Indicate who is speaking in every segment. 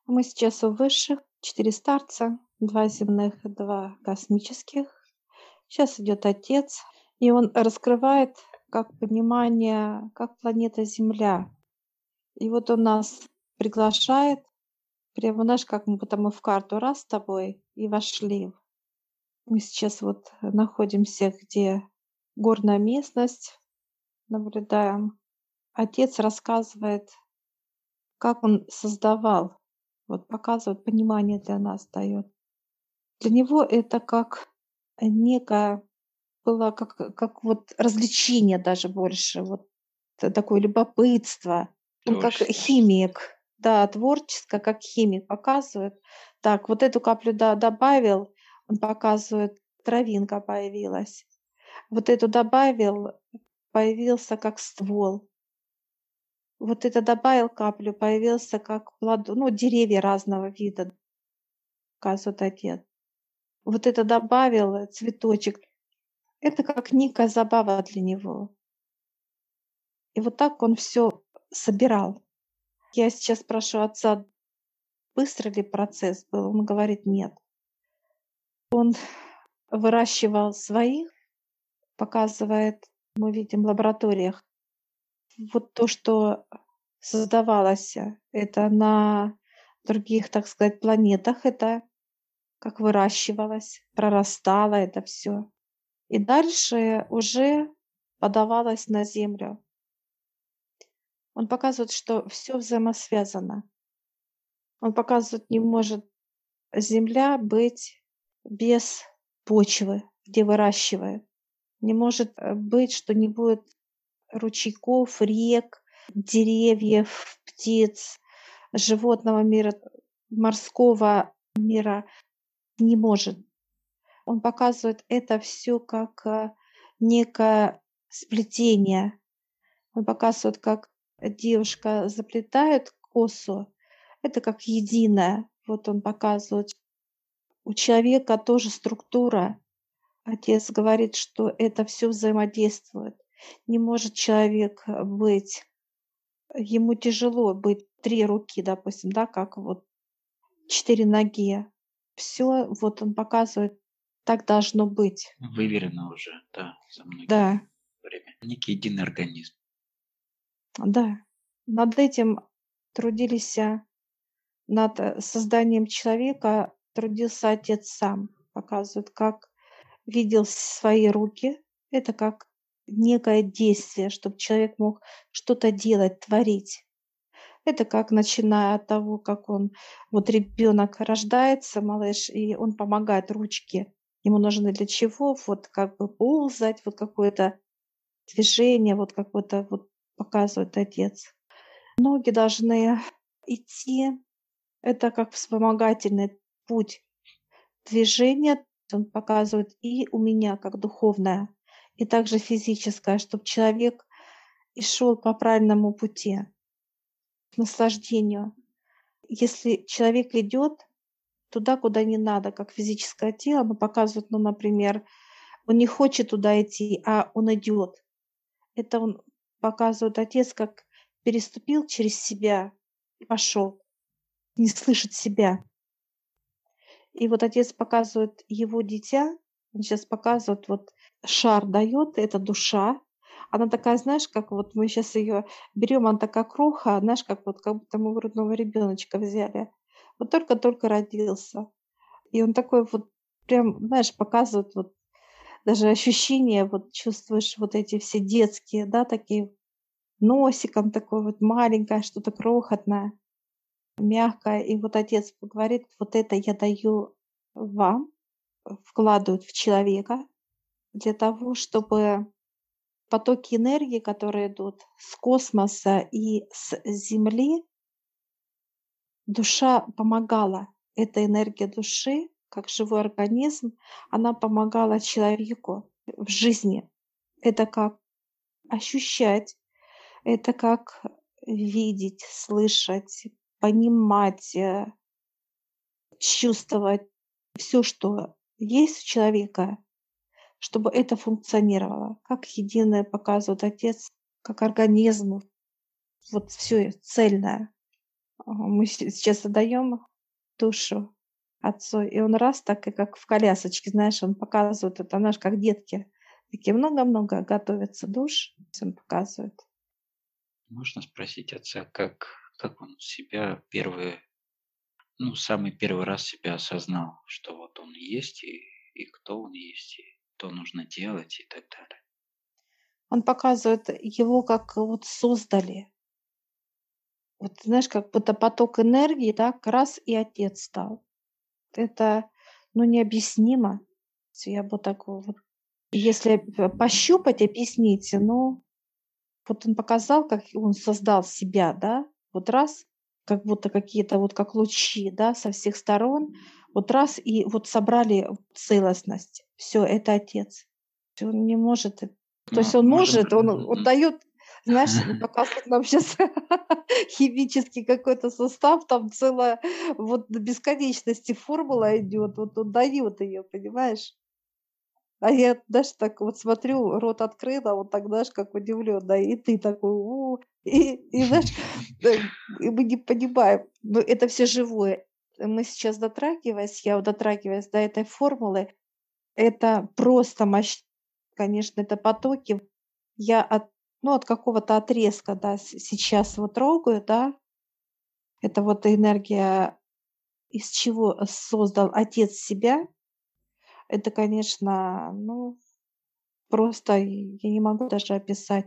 Speaker 1: Мы сейчас у высших, 4 старца, 2 земных, 2 космических. Сейчас идет Отец, и он раскрывает как понимание, как планета Земля. И вот он нас приглашает, прямо, знаешь, как мы будто мы в карту раз с тобой и вошли. Мы сейчас вот находимся, где горная местность, наблюдаем. Отец рассказывает, как он создавал, вот показывает, понимание для нас дает. Для него это как некое было, как вот развлечение даже больше, вот такое любопытство. Он как
Speaker 2: Творчество.
Speaker 1: химик, да, творческо, как химик показывает. Так, вот эту каплю, да, добавил, он показывает, травинка появилась. Вот эту добавил, появился как ствол. Вот это добавил каплю, появился как ну, деревья разного вида, показывает отец. Вот это добавил, цветочек. Это как некая забава для него. И вот так он все собирал. Я сейчас спрашиваю отца, быстро ли процесс был. Он говорит: "Нет". Выращивал своих, показывает, мы видим в лабораториях. Вот то, что создавалось, это на других, так сказать, планетах, это как выращивалось, прорастало это все. И дальше уже подавалось на Землю. Он показывает, что все взаимосвязано. Он показывает, не может Земля быть без почвы, где выращивают. Не может, быть, что не будет ручейков, рек, деревьев, птиц, животного мира, морского мира. Не может. Он показывает это все как, некое сплетение. Он показывает, как девушка заплетает косу. Это как единое. Вот он показывает. У человека тоже структура. Отец говорит, что это все взаимодействует. Не может человек, быть, ему тяжело быть 3 руки, допустим, да, как вот 4 ноги. Все, вот он показывает, так должно быть.
Speaker 2: Выверено уже, да, за многие
Speaker 1: Да,
Speaker 2: время. Некий единый организм.
Speaker 1: да. Над этим трудились, над, созданием человека трудился отец сам. Показывает, как видел свои руки. Это как некое действие, чтобы человек мог что-то делать, творить. Это как начиная от того, как он вот ребенок рождается, малыш, и он помогает ручки. Ему нужны для чего? Вот как бы ползать, вот какое-то движение, вот какое-то вот показывает отец. Ноги должны идти. Это как вспомогательный путь движения. Он показывает и у меня как духовное, и также физическое, чтобы человек и шел по правильному пути, к наслаждению. Если человек идет туда, куда не надо, как физическое тело, мы показывают, ну, например, он не хочет туда идти, а он идет. Это он показывает отец, как переступил через себя и пошел, не слышит себя. И вот отец показывает его дитя, он сейчас показывает, вот шар дает, это душа. Она такая, знаешь, как вот мы сейчас ее берем, она такая кроха, знаешь, как вот как будто мы грудного ребеночка взяли. Вот только-только родился. И он такой вот прям, знаешь, показывает вот даже ощущения, вот чувствуешь вот эти все детские, да, такие носиком такой вот маленькое, что-то крохотное, мягкое. И вот отец говорит: "Вот это я даю вам". Вкладывают в человека для того, чтобы потоки энергии, которые идут с космоса и с Земли, душа помогала. Эта энергия души, как живой организм, она помогала человеку в жизни. Это как ощущать, это как видеть, слышать, понимать, чувствовать все, что есть у человека. Чтобы это функционировало, как единое показывает отец, как организм, вот все цельное. Мы сейчас отдаем душу отцу, и он раз так, и как в колясочке, знаешь, он показывает это, знаешь, как детки. Такие много-много готовятся душ, он показывает.
Speaker 2: Можно спросить отца, как он себя первый, ну, самый первый раз себя осознал, что вот он есть, и кто он есть, и что нужно делать и так далее.
Speaker 1: Он показывает его, как вот создали. Вот знаешь, как будто поток энергии, так раз и отец стал. Это, ну, необъяснимо. Я бы так вот, если пощупать, объяснить, ну, вот он показал, как он создал себя, да, вот раз, как будто какие-то вот как лучи, да, со всех сторон, вот раз и вот собрали целостность. Все, это отец. Он не может, то есть он
Speaker 2: Можем.
Speaker 1: может, он даёт, знаешь, показывает нам сейчас химический какой-то состав, там целая вот до бесконечности формула идет, вот он даёт ее, понимаешь? А я даже так вот смотрю, рот открыла, вот так, знаешь, как удивлённая, и ты такой: "О". И знаешь, и мы не понимаем, но это все живое. Мы сейчас дотрагиваясь, я вот дотрагиваясь до этой формулы, это просто мощь, конечно, это потоки. Я от, ну, от какого-то отрезка, да, сейчас вот трогаю, да. Это вот энергия, из чего создал отец себя. Это, конечно, ну, просто я не могу даже описать.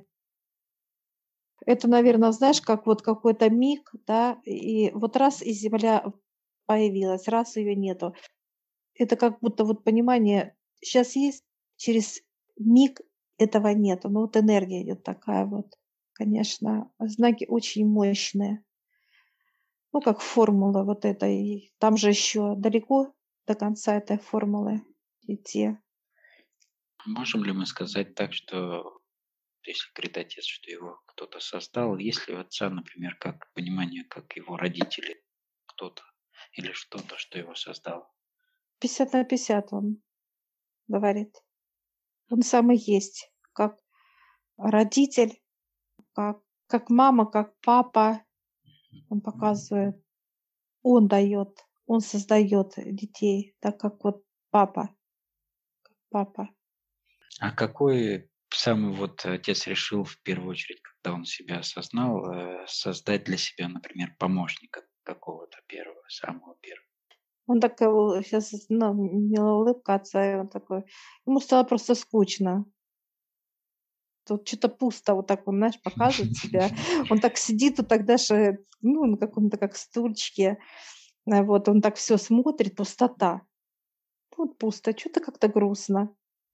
Speaker 1: Это, наверное, знаешь, как вот какой-то миг, да, и вот раз и земля появилась, раз ее нету. Это как будто вот понимание сейчас есть, через миг этого нету. Ну, вот энергия идет такая вот. Конечно, знаки очень мощные. Ну, как формула вот эта. И там же еще далеко до конца этой формулы идти.
Speaker 2: Можем ли мы сказать так, что если говорит отец, что его кто-то создал, есть ли у отца, например, как понимание, как его родители, кто-то или что-то, что его создало?
Speaker 1: 50 на 50 он говорит. Он сам и есть. Как родитель, как мама, как папа. Он показывает. Он дает, он создает детей, так как вот папа, папа.
Speaker 2: А какой самый вот отец решил в первую очередь, когда он себя осознал, создать для себя, например, помощника какого-то первого, самого первого?
Speaker 1: Он так сейчас, ну, милая улыбка отца, и он такой, ему стало просто скучно. Тут что то пусто, вот так он, знаешь, показывает себя. Он так сидит, вот так даже, ну, на каком-то как стульчике. Вот он так все смотрит, пустота. Вот пусто, что то как-то грустно.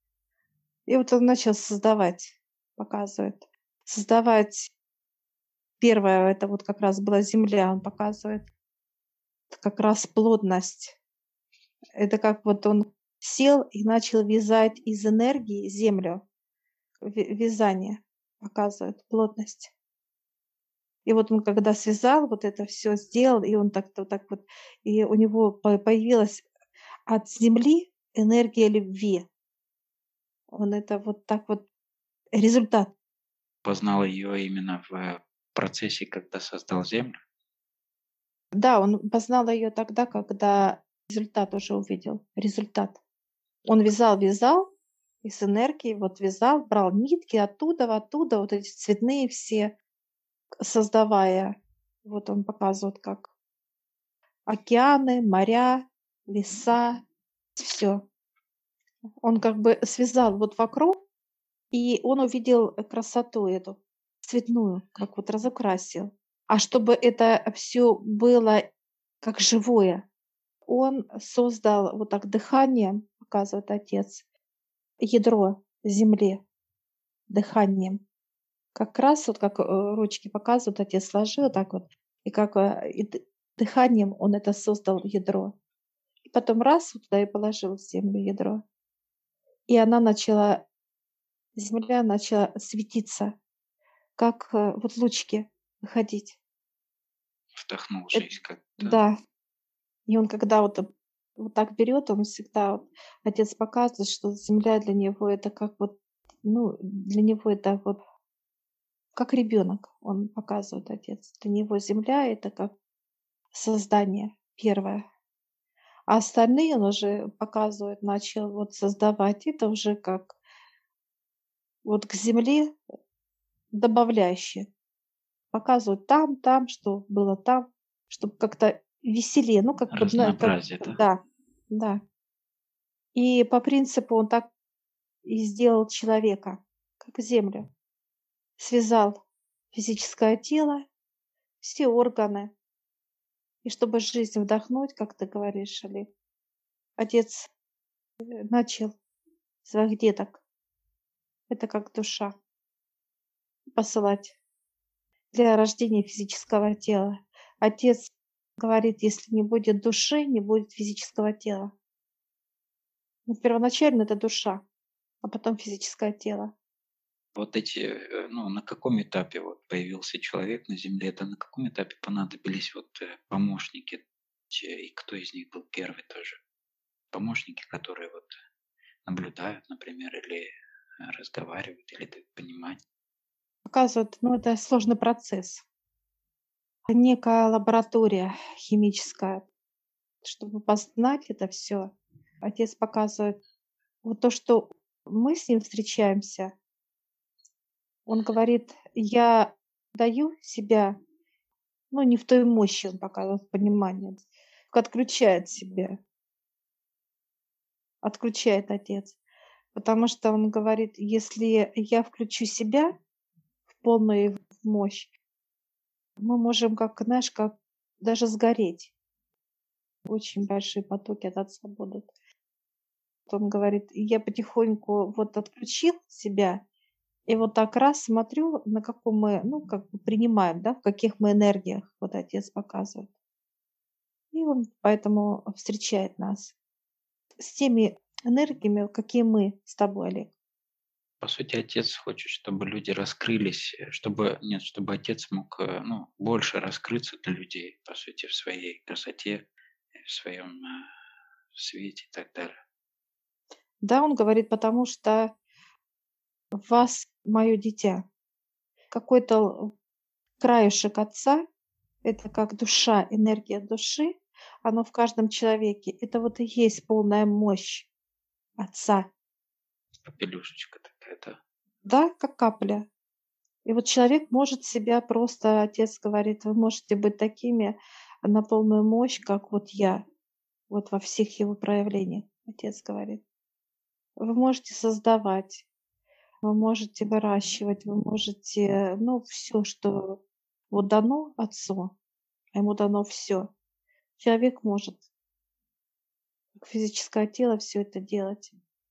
Speaker 1: И вот он начал создавать, показывает. Создавать. Первое это вот как раз была земля, он показывает. Это как раз плотность. Это как вот он сел и начал вязать из энергии землю. Вязание показывает плотность. И вот он когда связал, вот это все сделал, и он так вот так вот, и у него появилась от земли энергия любви. Он это вот так вот результат.
Speaker 2: Познал ее именно в процессе, когда создал Землю?
Speaker 1: Да, он познал ее тогда, когда результат уже увидел. Результат. Он вязал из энергии, вот вязал, брал нитки оттуда, вот эти цветные все, создавая. Вот он показывает, как океаны, моря, леса, все. Он как бы связал вот вокруг, и он увидел красоту эту цветную, как вот разукрасил. А чтобы это все было как живое, он создал вот так дыханием, показывает отец, ядро Земли дыханием. Как раз вот как, ручки показывают, отец сложил так вот, и как, и дыханием он это создал ядро. И потом раз вот туда и положил в землю ядро. И она начала, земля начала светиться, как, вот лучики выходить.
Speaker 2: Вдохнул
Speaker 1: Эт
Speaker 2: жизнь как-то.
Speaker 1: Да. И он когда вот, вот так берет, он всегда вот, отец показывает, что земля для него это как вот, ну, для него это вот как ребенок, он показывает, отец. Для него земля это как создание первое. А остальные он уже показывает, начал вот создавать. Это уже как вот к земле добавляющие. Показывают там, что было там, чтобы как-то веселее. Ну, как бы, как
Speaker 2: Разнообразие, да?
Speaker 1: да, да. И по принципу он так и сделал человека, как землю. Связал физическое тело, все органы. И чтобы жизнь вдохнуть, как ты говоришь, или отец начал своих деток, это как душа, посылать для рождения физического тела. Отец говорит, если не будет души, не будет физического тела. Ну, первоначально это душа, а потом физическое тело.
Speaker 2: Вот эти, ну, на каком этапе вот появился человек на Земле, это на каком этапе понадобились вот помощники, и кто из них был первый тоже? Помощники, которые вот наблюдают, например, или разговаривают, или дают понимать.
Speaker 1: Показывает, ну, это сложный процесс. Некая лаборатория химическая, чтобы познать это все. Отец показывает вот то, что мы с ним встречаемся. Он говорит: "Я даю себя", ну, не в той мощи, он показывает понимание, отключает себя, отключает отец. Потому что он говорит: "Если я включу себя в полную мощь, мы можем, как, знаешь, как даже сгореть". Очень большие потоки от отца будут. Он говорит: "Я потихоньку вот отключил себя, и вот так раз смотрю, на каком мы, ну, как бы принимаем, да, в каких мы энергиях". Вот отец показывает. И он поэтому встречает нас с теми энергиями, какие мы с тобой, Олег.
Speaker 2: По сути, отец хочет, чтобы люди раскрылись, чтобы, нет, чтобы отец мог, ну, больше раскрыться для людей, по сути, в своей красоте, в своем свете и так далее.
Speaker 1: Да, он говорит, потому что в вас мое дитя. Какой-то краешек отца, это как душа, энергия души, оно в каждом человеке. Это вот и есть полная мощь отца.
Speaker 2: Попелюшечка такая, да.
Speaker 1: Да, как капля. И вот человек может себя просто, отец говорит, вы можете быть такими на полную мощь, как вот я, вот во всех его проявлениях, отец говорит. Вы можете создавать, вы можете выращивать, вы можете, ну, все, что вот дано отцу, а ему дано все. Человек может, как физическое тело, все это делать.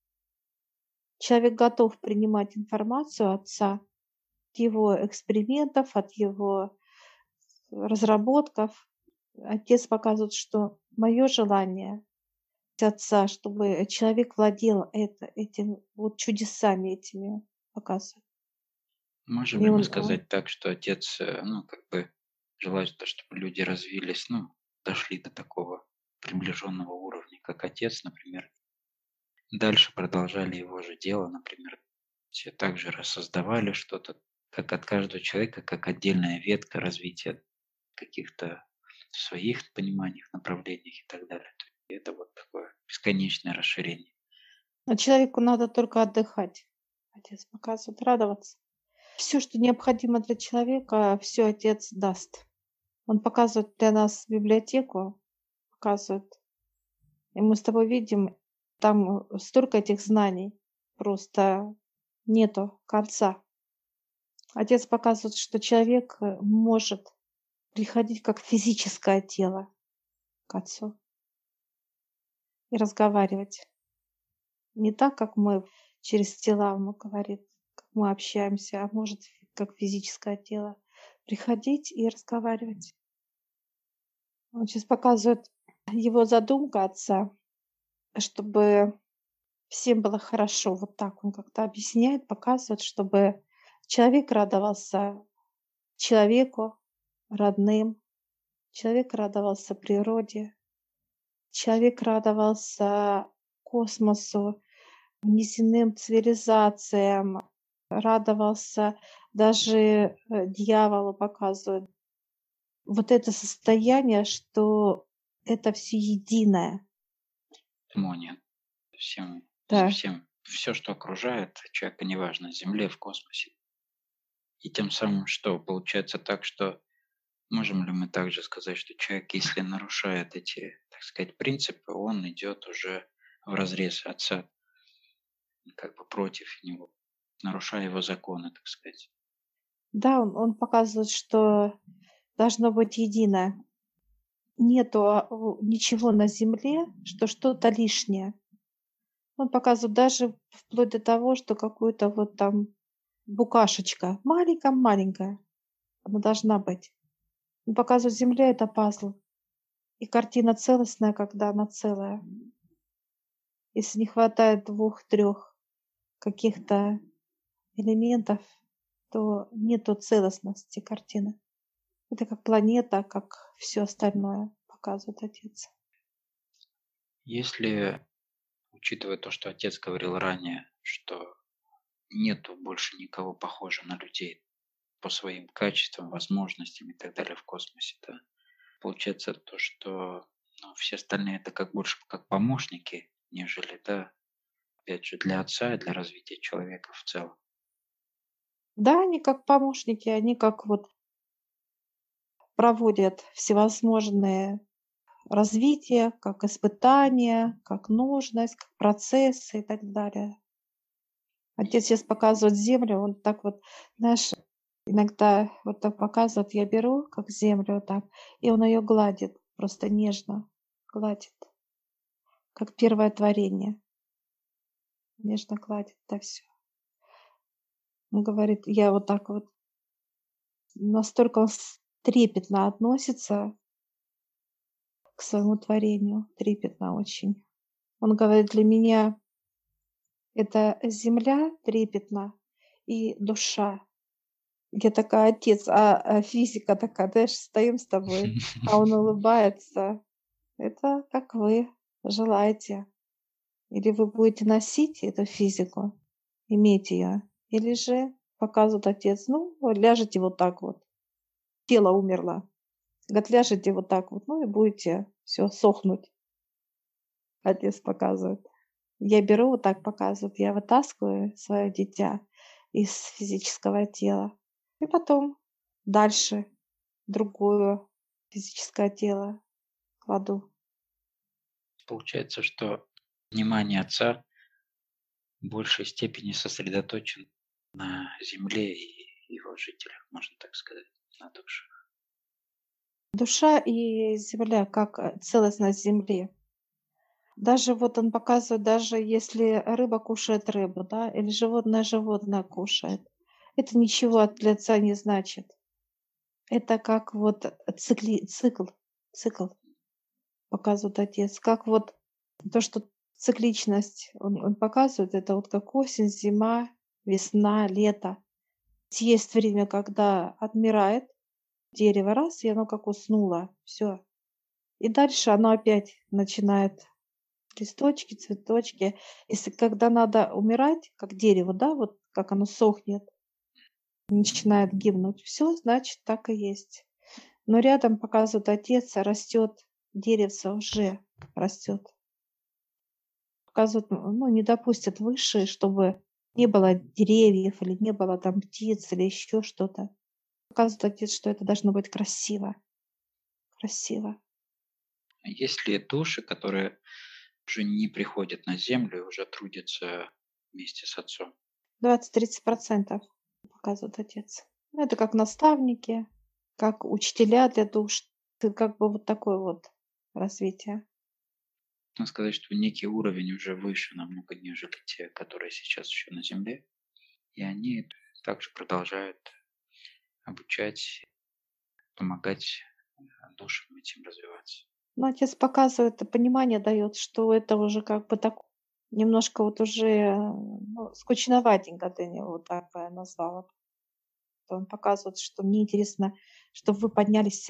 Speaker 1: Человек готов принимать информацию отца, от его экспериментов, от его разработков. Отец показывает, что мое желание отца, чтобы человек владел этим вот чудесами этими, показывает.
Speaker 2: Можем
Speaker 1: И
Speaker 2: ли мы
Speaker 1: он
Speaker 2: сказать так, что отец, ну, как бы желает, то, чтобы люди развились, ну, дошли до такого приближенного уровня, как отец, например, дальше продолжали его же дело, например, все также рассоздавали что-то, как от каждого человека, как отдельная ветка развития каких-то своих пониманиях, направлениях и так далее. То есть это вот такое бесконечное расширение.
Speaker 1: а человеку надо только отдыхать. Отец показывает, радоваться. Все, что необходимо для человека, все отец даст. Он показывает для нас библиотеку, показывает. И мы с тобой видим, там столько этих знаний, просто нету конца. Отец показывает, что человек может приходить как физическое тело к отцу и разговаривать. Не так, как мы через тела, он говорит, как мы общаемся, а может, как физическое тело. Приходить и разговаривать. Он сейчас показывает его задумка отца, чтобы всем было хорошо. Вот так он как-то объясняет, показывает, чтобы человек радовался человеку, родным, человек радовался природе, человек радовался космосу, внеземным цивилизациям, радовался даже, дьяволу показывают. Вот это состояние, что это все единое.
Speaker 2: Гармония. Всем,
Speaker 1: Да.
Speaker 2: всем, все, что окружает человека, неважно, на Земле, в космосе. И тем самым что? Получается так, что можем ли мы также сказать, что человек, если нарушает эти, так сказать, принципы, он идет уже в разрез Отца, как бы против него, нарушая его законы, так сказать.
Speaker 1: Да, он показывает, что должно быть единое. Нету, ничего на земле, что что-то лишнее. Он показывает даже вплоть до того, что какую-то вот там букашечка, маленькая-маленькая, она должна быть. Он показывает, земля — это пазл, и картина целостная, когда она целая. Если не хватает двух-трех каких-то элементов, то нету целостности картины. Это как планета, как все остальное, показывает отец.
Speaker 2: Если, учитывая то, что отец говорил ранее, что нету больше никого похожего на людей по своим качествам, возможностям и так далее в космосе, да, получается то, что ну, все остальные это как больше как помощники, нежели, да, опять же, для отца и для развития человека в целом.
Speaker 1: Да, они как помощники, они как вот проводят всевозможные развития, как испытания, как нужность, как процессы и так далее. Отец сейчас показывает землю, он так вот, знаешь, иногда вот так показывает, я беру как землю вот так, и он ее гладит, просто нежно гладит, как первое творение, нежно гладит это все. Он говорит, я вот так вот, настолько он трепетно относится к своему творению, трепетно очень. Он говорит, для меня это земля трепетна и душа. Я такая: "Отец, физика такая, знаешь, стоим с тобой". А он улыбается. Это как вы желаете. Или вы будете носить эту физику, иметь ее, или же, показывает отец, ну, вот ляжете вот так вот, тело умерло. Говорит, ляжете вот так вот, ну и будете все сохнуть. Отец показывает. Я беру, вот так показывает, я вытаскиваю свое дитя из физического тела и потом дальше другое физическое тело кладу.
Speaker 2: Получается, что внимание отца в большей степени сосредоточен на земле и его жителях, можно так сказать, на душе.
Speaker 1: Душа и земля, как целостность земли. Даже вот он показывает, даже если рыба кушает рыбу, да, или животное кушает, это ничего для отца не значит. Это как вот цикл показывает отец. Как вот то, что цикличность он показывает, это вот как осень, зима, весна, лето. Есть время, когда отмирает дерево, раз, и оно как уснуло, все. И дальше оно опять начинает листочки, цветочки. Если когда надо умирать, как дерево, да, вот как оно сохнет, начинает гибнуть, все, значит, так и есть. Но рядом, показывает отец, растет деревце, уже растет. Показывают, ну, не допустят выше, чтобы не было деревьев или не было там птиц или еще что-то. Показывает отец, что это должно быть красиво. Красиво.
Speaker 2: Есть ли души, которые уже не приходят на землю и уже трудятся вместе с отцом?
Speaker 1: 20-30% показывает отец. Ну, это как наставники, как учителя для душ. Ты как бы вот такое вот развитие.
Speaker 2: Можно сказать, что некий уровень уже выше намного, нежели те, которые сейчас еще на земле. И они также продолжают обучать, помогать душам этим развиваться.
Speaker 1: Но отец показывает, понимание дает, что это уже как бы так немножко вот уже ну, скучноватенько ты его вот так бы я назвала. Он показывает, что мне интересно, чтобы вы поднялись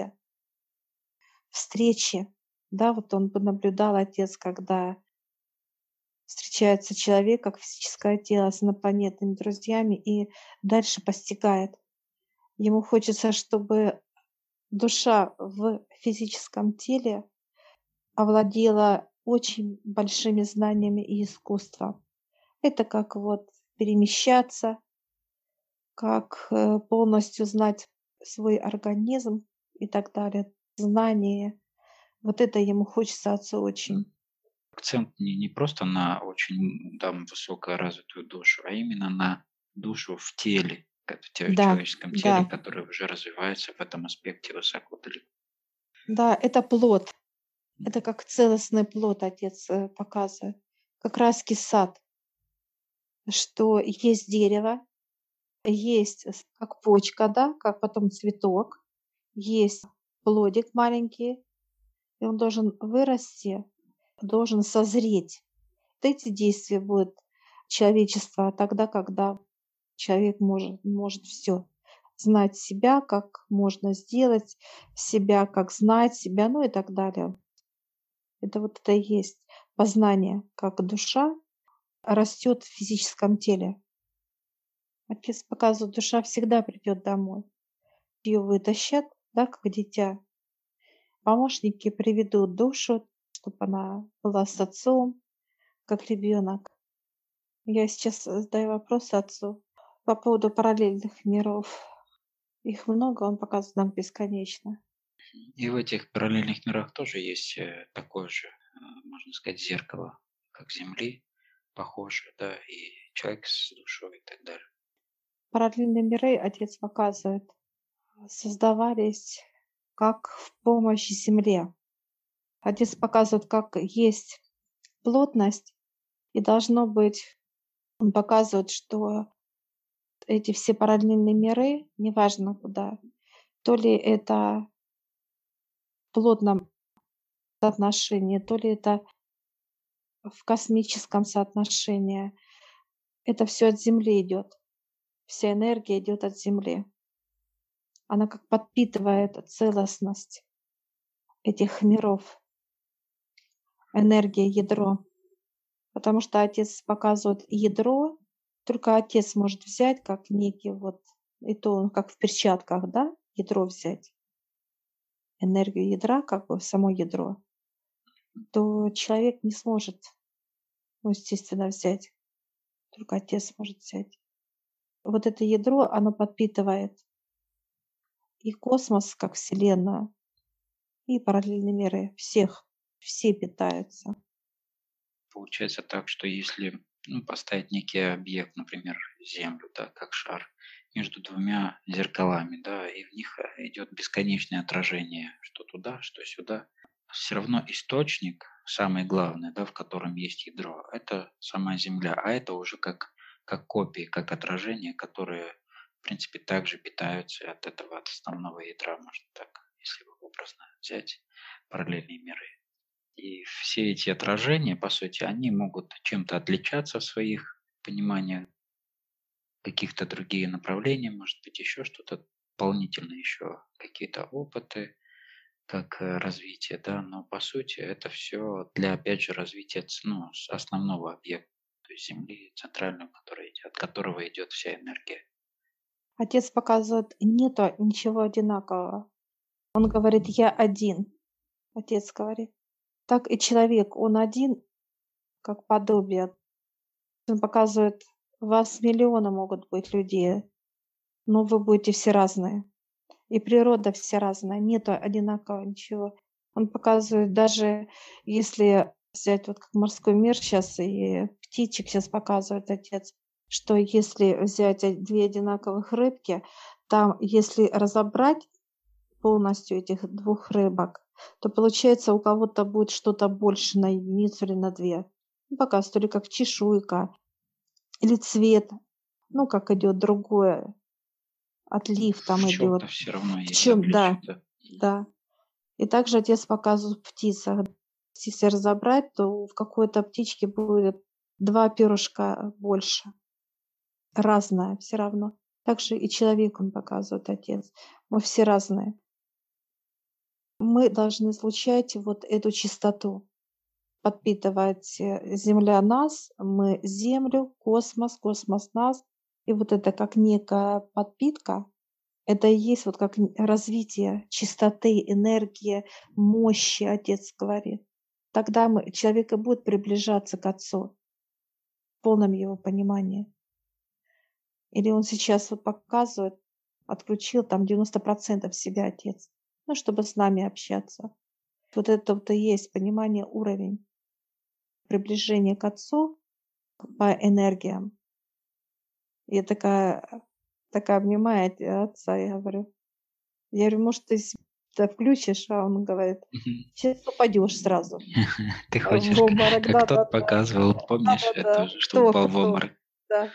Speaker 1: встречи. Да, вот он бы наблюдал, отец, когда встречается человек, как физическое тело с инопланетными друзьями и дальше постигает. Ему хочется, чтобы душа в физическом теле овладела очень большими знаниями и искусством. Это как вот перемещаться, как, полностью знать свой организм и так далее. Знание. Вот это ему хочется отцу очень.
Speaker 2: Акцент не просто на очень там высокоразвитую душу, а именно на душу в теле, как в
Speaker 1: Да,
Speaker 2: человеческом
Speaker 1: да,
Speaker 2: теле, которое уже развивается в этом аспекте высоко далеко.
Speaker 1: да, это плод. Это как целостный плод отец, показывает. Как раский сад, что есть дерево, есть как почка, да, как потом цветок, есть плодик маленький, и он должен вырасти, должен созреть. Вот эти действия будут человечества тогда, когда человек может все знать себя, как можно сделать себя, как знать себя, ну и так далее. Это вот это и есть познание, как душа растет в физическом теле. Отец показывает, душа всегда придет домой. Ее вытащат, да, как дитя. Помощники приведут душу, чтобы она была с отцом, как ребенок. Я сейчас задаю вопрос отцу по поводу параллельных миров. Их много, он показывает нам бесконечно.
Speaker 2: И в этих параллельных мирах тоже есть такое же, можно сказать, зеркало, как Земли, похоже, да, и человек с душой и так далее.
Speaker 1: Параллельные миры, отец показывает, создавались как в помощь Земле. Отец показывает, как есть плотность, и должно быть, он показывает, что эти все параллельные миры, неважно куда, то ли это в плотном соотношении, то ли это в космическом соотношении, это все от Земли идет. Вся энергия идет от Земли. Она как подпитывает целостность этих миров, энергия, ядро. Потому что отец показывает ядро, только отец может взять как некий вот, и то он как в перчатках, да, ядро взять, энергию ядра, как бы само ядро, то человек не сможет, ну, естественно, взять, только отец может взять. Вот это ядро, оно подпитывает и космос, как Вселенную, и параллельные миры. Всех, все питаются.
Speaker 2: Получается так, что если поставить некий объект, например, Землю, да, как шар, между двумя зеркалами, да, и в них идет бесконечное отражение, что туда, что сюда, все равно источник, самый главный, да, в котором есть ядро, это сама Земля, а это уже как копии, как отражения, которые, в принципе, также питаются от этого, от основного ядра, можно так, если образно взять параллельные миры. И все эти отражения, по сути, они могут чем-то отличаться в своих пониманиях, каких-то другие направления, может быть, еще что-то дополнительно, еще какие-то опыты, как развитие, да, но по сути это все для, опять же, развития основного объекта, то есть Земли центрального, от которого идет вся энергия.
Speaker 1: Отец показывает, нету ничего одинакового. Он говорит, я один. Отец говорит. Так и человек, он один, как подобие. Он показывает, вас миллионы могут быть людей, но вы будете все разные. И природа вся разная, нету одинакового ничего. Он показывает, даже если взять вот как морской мир сейчас и птичек сейчас показывает отец, что если взять 2 одинаковых рыбки, там, если разобрать полностью этих двух рыбок, то получается у кого-то будет что-то больше на единицу или на 2. Ну, показывает, то ли как чешуйка или цвет, ну, как идет другое, отлив
Speaker 2: В
Speaker 1: там
Speaker 2: чем-то
Speaker 1: идет.
Speaker 2: все равно
Speaker 1: В
Speaker 2: есть
Speaker 1: чем, да,
Speaker 2: отличие, да.
Speaker 1: да. И также отец показывает в птицах. Если разобрать, то в какой-то птичке будет 2 перышка больше. Разное все равно. Также и человек он показывает, отец. Мы все разные. Мы должны излучать вот эту чистоту, подпитывать, Земля нас, мы Землю, космос, космос нас. И вот это как некая подпитка, Это и есть вот как развитие чистоты, энергии, мощи, Отец говорит. Тогда человек и будет приближаться к Отцу в полном его понимании. Или он сейчас вот показывает, отключил там 90% себя Отец, ну, чтобы с нами общаться. Вот это вот и есть понимание, уровень приближения к Отцу по энергиям. И я такая обнимает отца, я говорю: "Может, ты себя включишь?" А он говорит:
Speaker 2: Мгм.
Speaker 1: "Сейчас упадешь сразу
Speaker 2: Ты
Speaker 1: в
Speaker 2: хочешь,
Speaker 1: обморок".
Speaker 2: как тот
Speaker 1: Да-да-да.
Speaker 2: показывал, помнишь,
Speaker 1: Да-да-да.
Speaker 2: что упал в
Speaker 1: Кто?
Speaker 2: обморок?
Speaker 1: Да.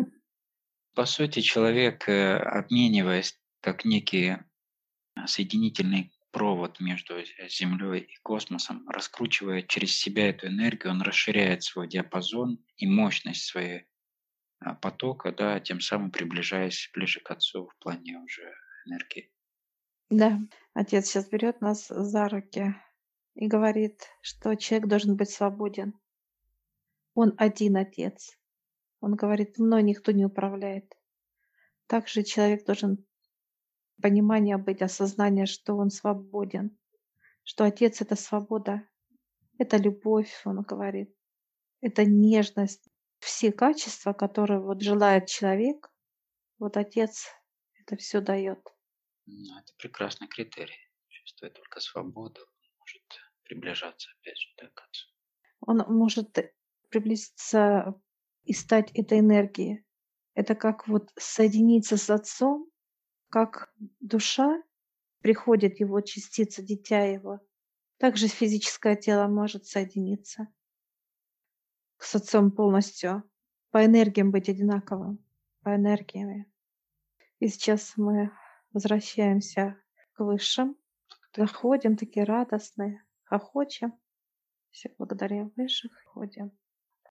Speaker 2: По сути, человек, обмениваясь как некий соединительный провод между Землей и космосом, раскручивая через себя эту энергию, он расширяет свой диапазон и мощность своей потока, да, тем самым приближаясь ближе к Отцу в плане уже энергии.
Speaker 1: Да. Отец сейчас берет нас за руки и говорит, что человек должен быть свободен. Он один Отец. Он говорит: "Мной никто не управляет". Также человек должен понимание быть, осознание, что он свободен, что Отец — это свобода, это любовь, он говорит, это нежность. Все качества, которые вот желает человек, вот Отец это все дает.
Speaker 2: Ну, это прекрасный критерий. Чувствуя только свободу, он может приближаться опять же да, к Отцу.
Speaker 1: Он может приблизиться и стать этой энергией. Это как вот соединиться с Отцом, как душа, приходит его частица, дитя его. Также физическое тело может соединиться с Отцом полностью, по энергиям быть одинаковым, по энергиями. И сейчас мы возвращаемся к Высшим, заходим такие радостные, хохочем, все благодарим Высших, ходим.